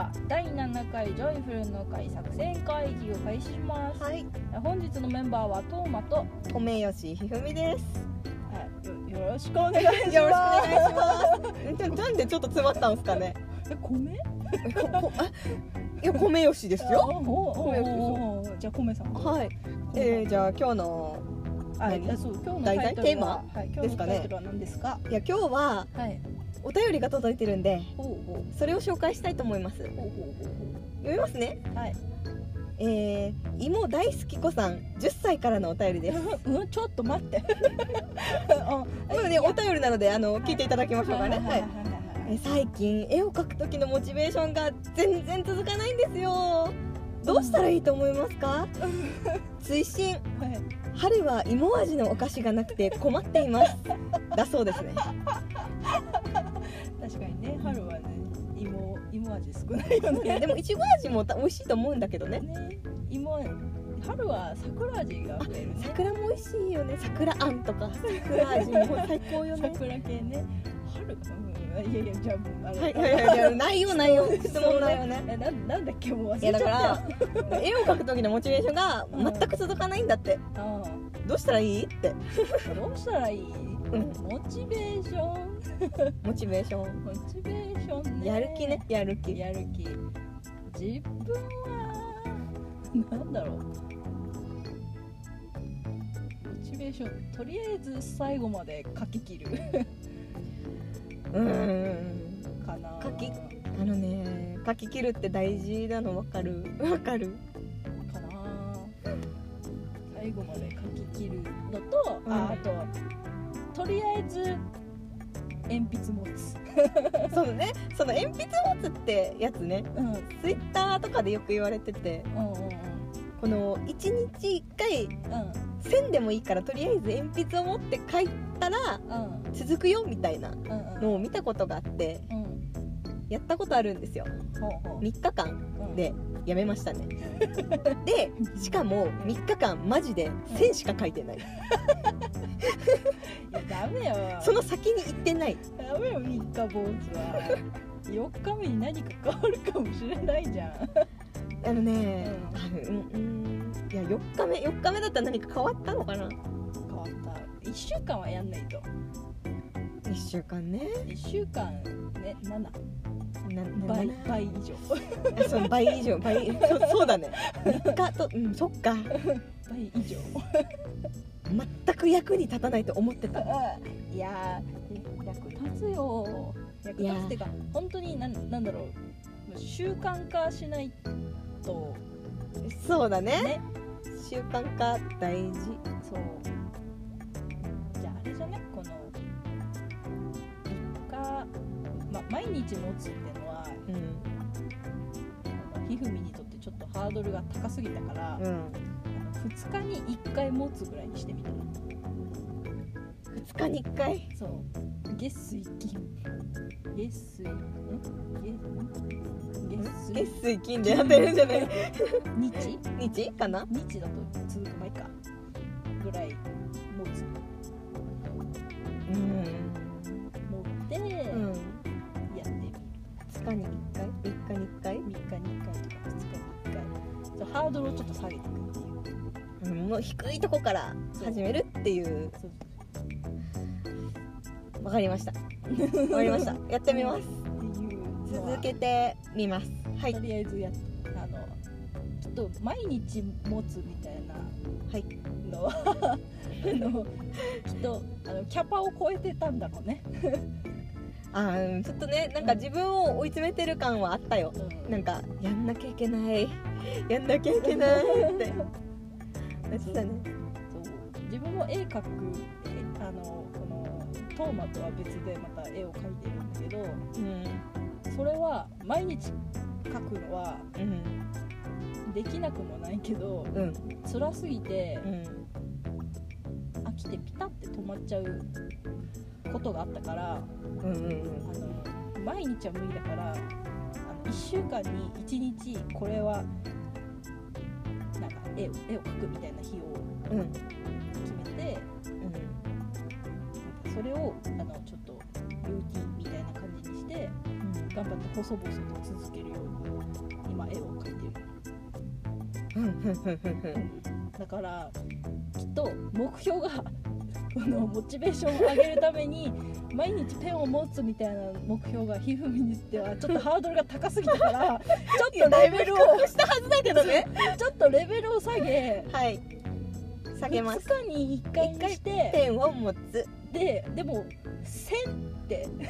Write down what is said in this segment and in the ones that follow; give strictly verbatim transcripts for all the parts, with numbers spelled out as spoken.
はだいななかいジョイフルの会作戦会議を開始します。 はい、 本日のメンバーはトーマと米吉ひふみです。 はい、よ, よろしくお願いします。 よろしくお願いします。なんでちょっと詰まったんですかね。 え、米？ ここあいや米吉ですよ。 米吉ですよ。じゃあ米さん。 はい。えー、じゃあ今日のあ、そう今日のタイトルはテーマ、 はい、今日のタイトルは何ですか？ いや今日は、はい、お便りが届いてるんで、ほうほうそれを紹介したいと思います。ほうほうほう読みますね。はい。えー、芋大好き子さんじゅっさいからのお便りです。 うん、ちょっと待って。 あ、まあね、お便りなのであの聞いていただきましょうかね。はい。え最近絵を描く時のモチベーションが全然続かないんですよ。どうしたらいいと思いますか？追伸、はい、春は芋味のお菓子がなくて困っていますだそうですね。 確かにね、春はね、芋、芋味少ないよね。 でもいちご味も美味しいと思うんだけどね。ね、 芋、春は桜味が増えるね。 桜も美味しいよね。桜あんとか桜味も最高よね。 桜系ね。春、うん、いやいや、じゃあ、あれ、 はいはいはい、ないよないよ、質問ないよね。 え、な、なんだっけ、もう忘れちゃったよ。いやだから絵を描く時のモチベーションが全く続かないんだって。ああ、どうしたらいいって。 どうしたらいい？うん、モチベーション。 モチベーション。 モチベーションね。 やる気ね、やる気。 やる気。自分はなんだろう。モチベーション、とりあえず最後まで書き切る。 うーんかな。 書きあのね書き切るって大事なの分かる分かるかな。最後まで書き切るのと、うん、ああととりあえず鉛筆持つ。 そうね、その鉛筆持つってやつね、うん、ツイッターとかでよく言われてて、うんうんうん、このいちにちいっかい、うん、線でもいいからとりあえず鉛筆を持って書いたら、うん、続くよみたいなのを見たことがあって、うん、やったことあるんですよ。ほうほうみっかかんでやめましたね。でしかもみっかかんマジで線しか書いてない。いやダメよ、 その先に行ってない。 ダメよ、みっか坊主は。よっかめに何か変わるかもしれないじゃん。 あのね、うん、うん、いやよっかめよっかめだったら何か変わったのかな。 変わった。いっしゅうかんはやんないと。 いっしゅうかんね。 いっしゅうかんね、ななな倍, 倍以上。 そう倍以上倍 そ, そうだね。みっかと、うん、そっか。 倍以上。 全く役に立たないと思ってた。 いや役立つよ。役立つってか本当にな ん, なんだろう、習慣化しないと。 そうだ ね, ね習慣化大事。そうじゃああれじゃね、このみっか、ま、毎日持つってのは、うん、ひふみにとってちょっとハードルが高すぎたから、うん、ふつかにいっかい持つぐらいにしてみたら。 ふつかにいっかい。 そう、月水金月水ん月月水金でやってるんじゃない？ 日日かな？ 日だと続く前かぐらい持つ。 うん、 持って、うん、やってみる。 ふつかにいっかい？みっかにいっかい？ みっかにいっかいとかふつかにいっかい。そう、ハードルをちょっと下げていくっていう、 うん、もう低いとこから始めるっていう。そうわかりました。わかりました。やってみます。続けてみます。はい。 とりあえずやあのきっと毎日持つみたいなのは、はい、あのきっとあのキャパを超えてたんだろうね。 あー、ちょっとね、なんか自分を追い詰めてる感はあったよ。うん、なんかやんなきゃいけないやんなきゃいけないってやってたね。 そう、自分も絵描く、あのこのトーマとは別でまた絵を描いてるんだけど、うん、それは毎日描くのは、うん、できなくもないけど、うん、辛すぎて、うん、飽きてピタって止まっちゃうことがあったから、うんうんうん、あの毎日は無理だから、あのいっしゅうかんにいちにちこれはなんか絵を、絵を描くみたいな日を決めて、うん、それをあのちょっとルーティンみたいな感じにして、うん、 頑張って細々と続けるように今絵を描いてる。 うんうんうんうんだからきっと目標がこのモチベーションを上げるために毎日ペンを持つみたいな目標がひふみにしてはちょっとハードルが高すぎたからちょっとレベルをしたはずだけどねちょっとレベルを下げ、 はい下げます。 ふつかにいっかいにしてペンを持つで、でも線って線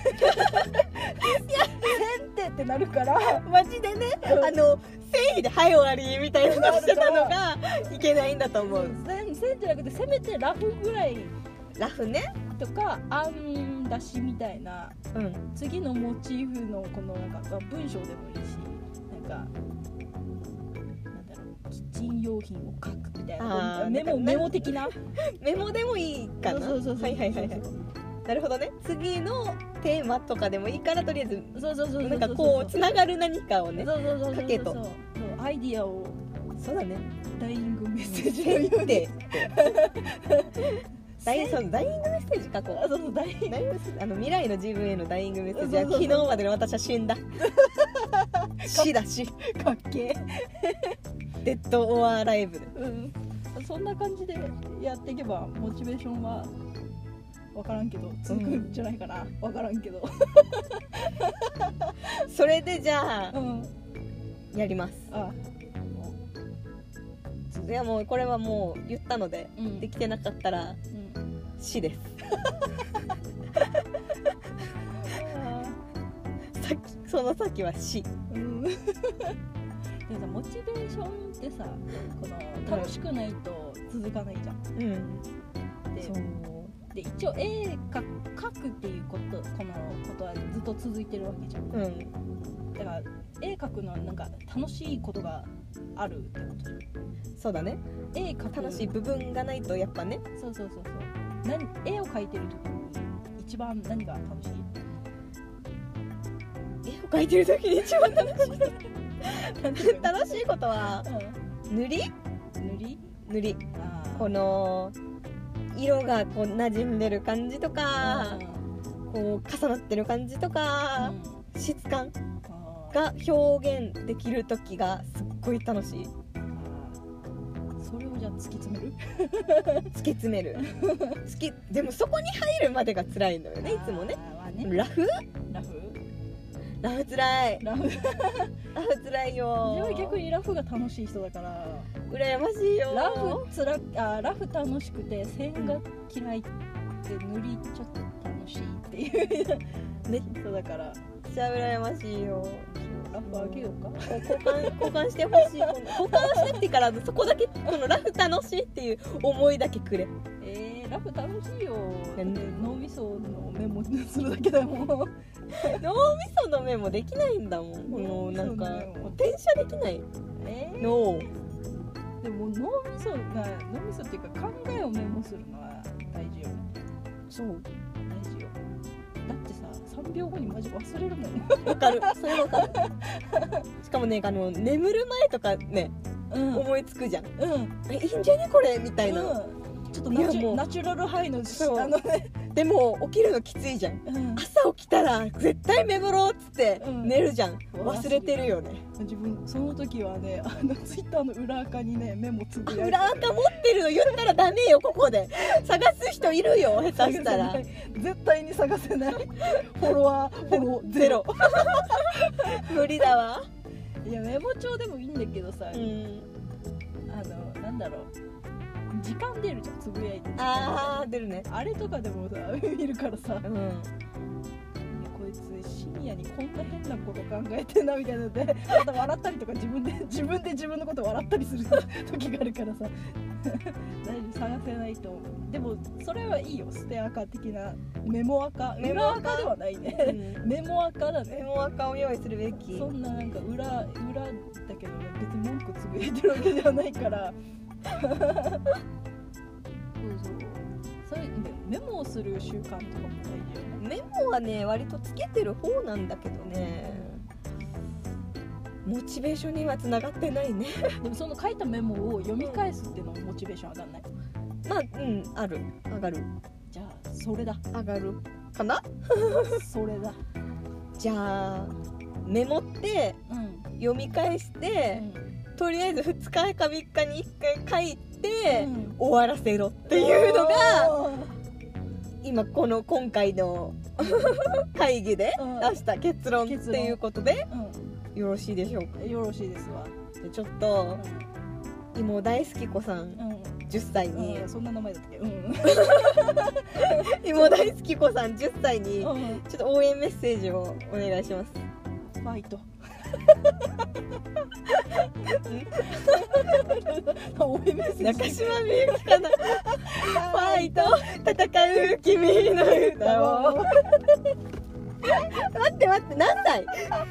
ってってなるからマジでね、うん、あの繊維ではい終わりみたいなのしてたのがいけないんだと思う。 線線じゃなくてせめてラフぐらいラフねとか案出しみたいな、 うん、 次のモチーフのこのなんか文章でもいいし、なんかなんだろうキッチン用品を書くみたいなメモメモ的なメモでもいいかな。 そうそうそうそうはいはいはいはい。なるほどね。次のテーマとかでもいいからとりあえずそうそうそうなんかこうつながる何かをね書けと。 そうアイディアをそうだね。 ダイイングメッセージのようにダイそうダイイングメッセージ書こう。 あそうそうダイイングあの未来の自分へのダイイングメッセージは昨日までの私は死んだ死だしかっけーデッドオアライブで、 うん、そんな感じでやっていけばモチベーションは分からんけど続くんじゃないかな、うん、分からんけどそれでじゃあ、 うん、 やります。 あいやもうこれはもう言ったので、 うん、 できてなかったら、うん、死ですさっきその先は死、うん、でもさモチベーションってさこの楽しくないと続かないじゃん、うん、でそうで一応絵描くっていうことこのことはずっと続いてるわけじゃん、うん、だから絵描くのはなんか楽しいことがあるってことじゃん。 そうだね。 絵描く楽しい部分がないとやっぱね。 そうそうそうそう。何絵を描いてる時に一番何が楽しい？ 絵を描いてる時に一番楽しい楽しいことは、うん、塗り？ 塗り？ 塗り。この色がこう馴染んでる感じとか、こう重なってる感じとか、うん、質感が表現できる時がすっごい楽しい。 それをじゃあ突き詰める突き詰める突きでもそこに入るまでが辛いのよねいつもね。ラフラフラフ辛いラフラフ辛いよ。 自分は逆にラフが楽しい人だから羨ましいよ。 ラフつらあラフ楽しくて線が嫌いって塗りちょっと楽しいっていうめっ人だからめっちゃ羨ましいよ。 ラフあげようか交換交換してほしい。交換してってからそこだけこのラフ楽しいっていう思いだけくれ。 えー、ラフ楽しいよ。だって脳みそのメモするだけだもん脳みそのメモできないんだもん。このなんか転写できない、えー、脳でも脳みそが脳みそっていうか考えをメモするのは大事よ。 そう大事よ。だってささんびょうごにマジ忘れるもん。 わかるそれわかるしかもねあの眠る前とかね、うん、思いつくじゃん、うん、えいいんじゃねこれみたいな、うん、 ちょっとナチュ、ナチュラルハイのあのねでも起きるのきついじゃん、うん、朝起きたら絶対メモろうっつって寝るじゃん、うん、忘れてるよね。 自分その時はねあのツイッターの裏垢にねメモつぶやいて裏垢持ってるの言ったらダメよここで探す人いるよ下手したら絶対に探せないフォロワーフォローゼロ無理だわ。 いやメモ帳でもいいんだけどさ、うん、あのなんだろう時間出るじゃんつぶやいて。 あー出るね。 あれとかでもさ見るからさ、うん、いやこいつ深夜にこんな変なこと考えてんなみたいなのでまた笑ったりとか自分で自分で自分のこと笑ったりする時があるからさ大丈夫探せないと思う。でもそれはいいよ捨て垢的なメモ垢メモ垢ではないね、うん、メモ垢だね。 メモ垢を用意するべき。 そんななんか裏裏だけど別に文句つぶやいてるわけではないからそうそうそういうメモをする習慣とかも大事よね。 メモはね割とつけてる方なんだけどね、モチベーションにはつながってないねでもその書いたメモを読み返すっていうのもモチベーション上がんない？ まあうんある上がる。 じゃあそれだ上がるかなそれだ。 じゃあメモって、うん、読み返して、うん、とりあえずふつかかみっかにいっかい書いて、うん、終わらせろっていうのが今この今回の会議で出した結論っていうことで、うん、よろしいでしょうか。 よろしいですわ。 でちょっと、うん、妹大好き子さん、うん、じゅっさいに、 うん、そんな名前だったっけ、うん、 妹大好き子さんじゅっさいに、うん、ちょっと応援メッセージをお願いします。 ファイト中島みゆきかな。ファイト戦う君の歌を待って待って何歳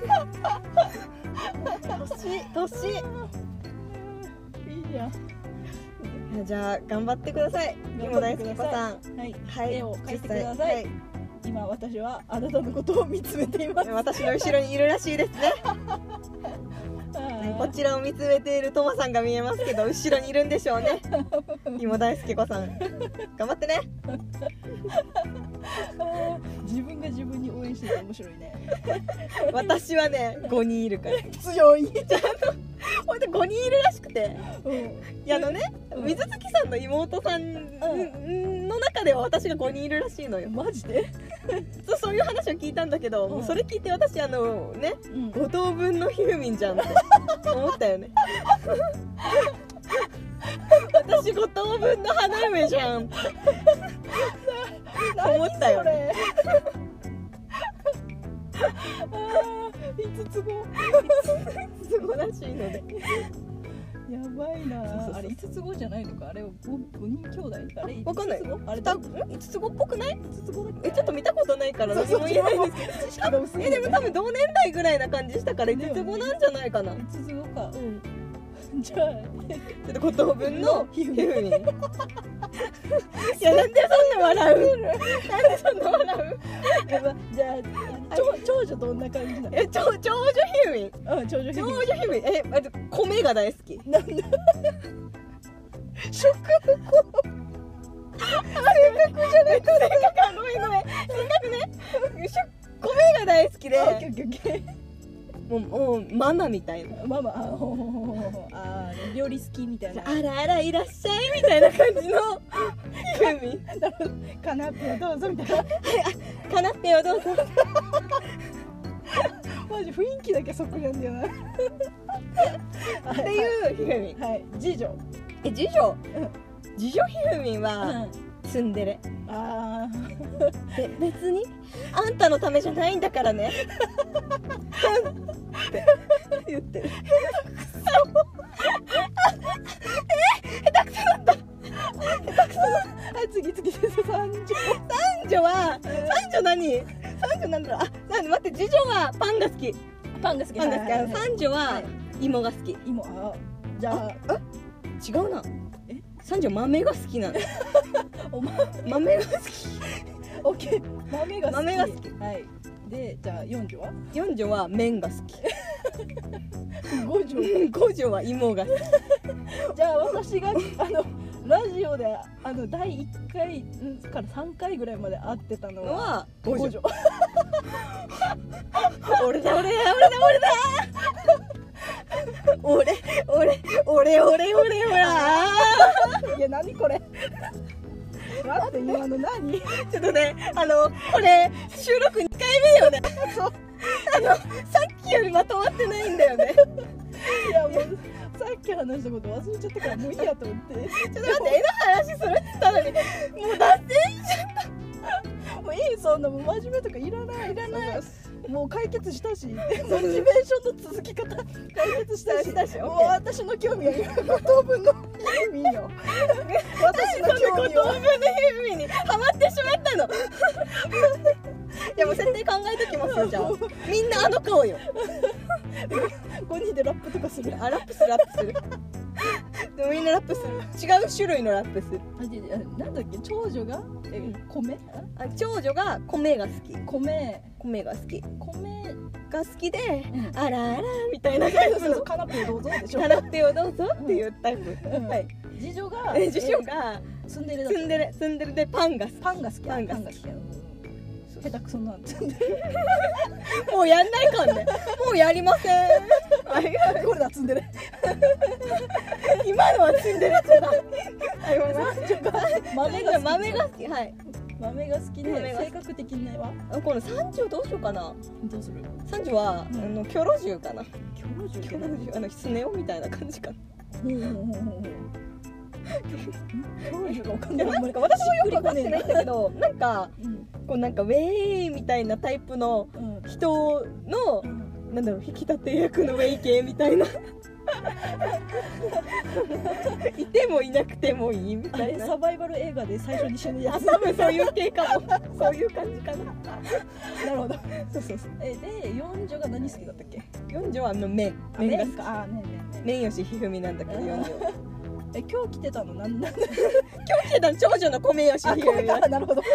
年年いいじゃん。 じゃあ頑張ってください。妹大好き子さん、 はい、はい、絵を描いてください。はい、今私はあなたのことを見つめています。 私の後ろにいるらしいですね。こちらを見つめているトマさんが見えますけど、後ろにいるんでしょうね。妹大好き子さん頑張ってね。 自分が自分に応援してて面白いね。 私はねごにんいるから強い。 ちゃんとほんとごにんいるらしくて、うん、いやあのね、うん、水月さんの妹さんの中では私がごにんいるらしいのよ。 マジで？ そう、そういう話を聞いたんだけど、うん、それ聞いて私あのね、うん、ご等分のひふみんじゃんって思ったよね。私ご等分の花嫁じゃんって思ったよね。 いつつごいつつごらしいのでやばいな。そうそうそう、あれいつつごじゃないのか。あれ ご, ごにん兄弟あれわかんない。 あれいつつごっぽくない？ いつつごだっけ？ えちょっと見たことないから何も言えないんですけど。えでも多分同年代ぐらいな感じしたからいつつごなんじゃないかな。いつつごか。うん。じゃあちょっとご等分のひふみん。いやなんでそんな笑う？なんでそんな笑う？ じゃあ長女どんな感じなの？ え長女ひふみん。 うん、長女ひふみん。 長女ひふみん。えあと米が大好き。 なんで？食後。性格じゃない。性格ごめんごめん。性格ね。 米が大好きで。 オッケーオッケーオッケー。 もう、もうママみたいな。 ママ、あほほほほあ料理好きみたいな。 あらあらいらっしゃいみたいな感じのひふみん。 カナッペをどうぞみたいな。はい、 あカナッペをどうぞ。 マジ雰囲気だけそっくりなんだよな。 っていうひふみん。 はい。次女。 え次女？次女ひふみんはツンデレ。 ああ。 で別にあんたのためじゃないんだからね。って言ってる。え下手くそだった。下手くそだ。はい、次次先生。三女。三女は三女何？三女なんだろう。あ、なんで待って、次女はパンが好き。 パンが好き。 パンが好き。はいはいはい、三女は芋が好き。 芋。あ、じゃあ、 あ、違うな。え、三女豆が好きなの。 おま、 豆が好き。 オッケー。豆が好き。 豆が好き。 はい。で、じゃあ四女は？ 四女は麺が好き。 五女。 五女は芋が好き。じゃあ私があのラジオであのだいいっかいからさんかいぐらいまで会ってたのは五女。 俺だ俺だ俺だ俺だ。俺俺俺俺俺俺。 いや何これ。待って今の何？ ちょっとね、あのこれ収録にかいめよね。あのさっきよりまとまってないんだよね。 いやもうさっき話したこと忘れちゃったからもういいやと思って。ちょっと待って、 絵の話するって言ったのにもう脱線しちゃった。 もういい、そんなもう真面目とかいらないいらない。もう解決したし、モチベーションの続き方解決したし、したしもう私の興味は今ご等分のひふみんよ。私の興味はご等分のひふみんにハマってしまったの。いやもう設定考えときますよ。じゃあみんなあの顔よ。 ごにんでラップとかする。 あ、ラップするラップする。でもみんなラップする。違う種類のラップする。 あ、なんだっけ、長女がえ、うん、米？ あ、長女が米が好き。 米米が好き。 米が好きで、 うん、 あらあらみたいな感じの。 カナッペをどうぞでしょ。 カナッペをどうぞっていうタイプ。 うん、はい。次女が次女がツンデレだ。 ツンデレツンデレでパンが好き。 パンが好き。 パンが好き。 下手くそなんてもうやんないかんね。もうやりません。はい、 これだ積んでる今のは積んでるじゃない。 豆が豆が好き。はい。 豆が好きで性格的にはこの三女どうしようかな。 どうする？ 三女は、うん、あのキョロ獣かな。 キョロ獣？ キョロ獣、あのスネ夫みたいな感じかな。 ほうほうほうほう。キョロ獣がわかんない。 なんか私もよく分かってないんだけど、なんか、うん、こうなんかウェイみたいなタイプの人の、うん、なんだろう、引き立て役のウェイ系みたいな。いてもいなくてもいいみたいな。 サバイバル映画で最初に死ぬやつ。 多分そういう系かも。そういう感じかな。 なるほど。そうそうそう。えで四女が何好きだったっけ？ 四女はあの麺。 麺が好き。あねねね。 麺吉ひふみなんだけど四女。 え今日来てたのなんなん？今日来てたの長女の米吉ひふみ。 なるほど。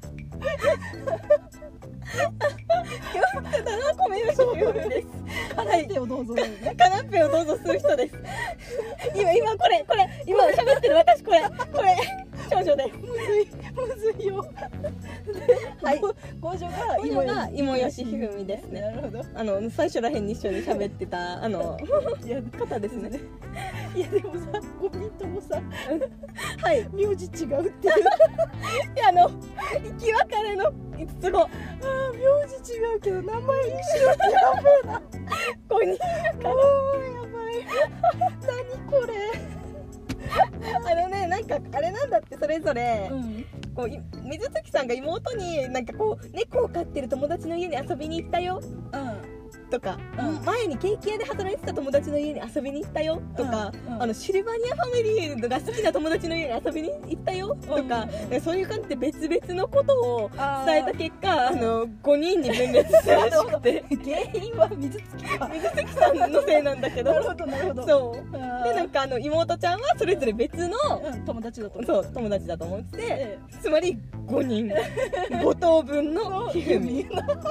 今日来てたのは米吉ひふみです。 カナッペをどうぞ。 カナッペをどうぞする人です。今今これこれ今喋ってる私これこれ長女です。 むずいむずいよ。はい。五女が五女が芋吉ひふみですね。 なるほど。 あの最初らへんに一緒に喋ってたあの方ですね。 いやでもさごにんともさはい名字違うっていう。 いやあの生き別れのいつつご。 ああ名字違うけど名前一緒ってやべえな。 ごにんからやばい。何これ。 あのねなんかあれなんだってそれぞれ、うん、こう水月さんが妹になんかこう猫を飼ってる友達の家に遊びに行ったよ、うん、とか、うん、前にケーキ屋で働いてた友達の家に遊びに行ったよとか、うんうん、あのシルバニアファミリーが好きな友達の家に遊びに行ったよとか、うん、そういう感じで別々のことを伝えた結果あのごにんに分裂するらしくて原因は水月か水月さんのせいなんだけどなるほどなるほどそうでなんかあの妹ちゃんはそれぞれ別の、 うん、友達だと思そう友達だと思ってて、ええ、つまりごにんご等分のひふみ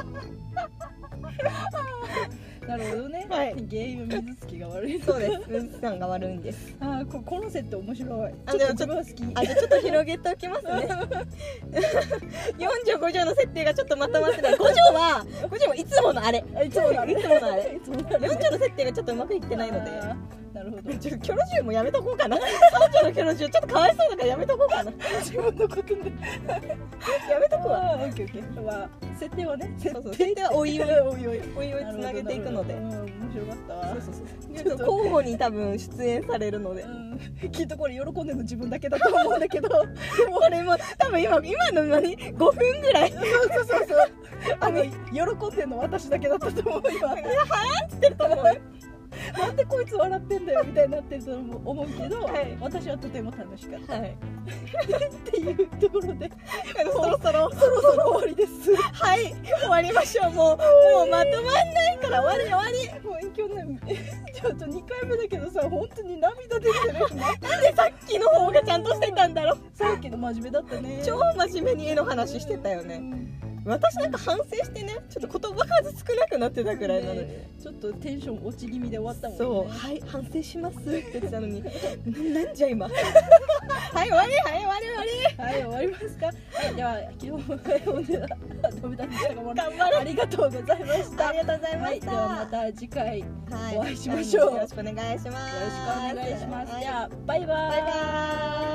なるほどね、はい、原因は水月が悪い。 そうです水月さんが悪いんです。 あここの設定面白い。 あちょっと自分は好き。あじゃあちょっと広げておきますね。よん女ご女の設定がちょっとまとまってない。ご女はご女もいつものあれいつものあれいつものあれよん女の設定がちょっとうまくいってないので。 なるほど。 ちょキョロ獣もやめとこうかな。さん女のキョロ獣ちょっとかわいそうだからやめとこうかな。 自分のことでやめとくわ。 オッケーオッケー。まあ設定はねそうそう設定はおいおいおいおいおいおいつなげていくので。 うん面白かったわ。 そうそうそう。ちょっと交互に多分出演されるので。 うん、きっとこれ喜んでるの自分だけだと思うんだけど。でもこれも多分今今の何ごふんぐらい。 そうそうそうそう。あの喜んでるの私だけだったと思う今。 はーんってってると思うよ。 なんでこいつ笑ってんだよみたいになってると思うけど、はい、私はとても楽しかった、はい、っていうところでそろそろそろそろ終わりです。 はい終わりましょう。もうもうまとまんないから終わり終わり。 もう今日ねちょっとにかいめだけどさ本当に涙出てる。 なんでさっきの方がちゃんとしてたんだろう。 さっきの真面目だったね。 超真面目に絵の話してたよね。私なんか反省してねちょっと言葉数少なくなってたぐらいなので、ね、 ちょっとテンション落ち気味で終わったもんね。 そうはい反省しますって言ってたのにな, なんじゃ今はい終わりはい終わり終わりはい終わりますか。はいでは今日もダメだったかも。 頑張れありがとうございました。 ありがとうございました、 はい、ではまた次回お会いしましょう、はい、 よろしくお願いします。 よろしくお願いします。じゃあバイバーイ。 バイバーイ。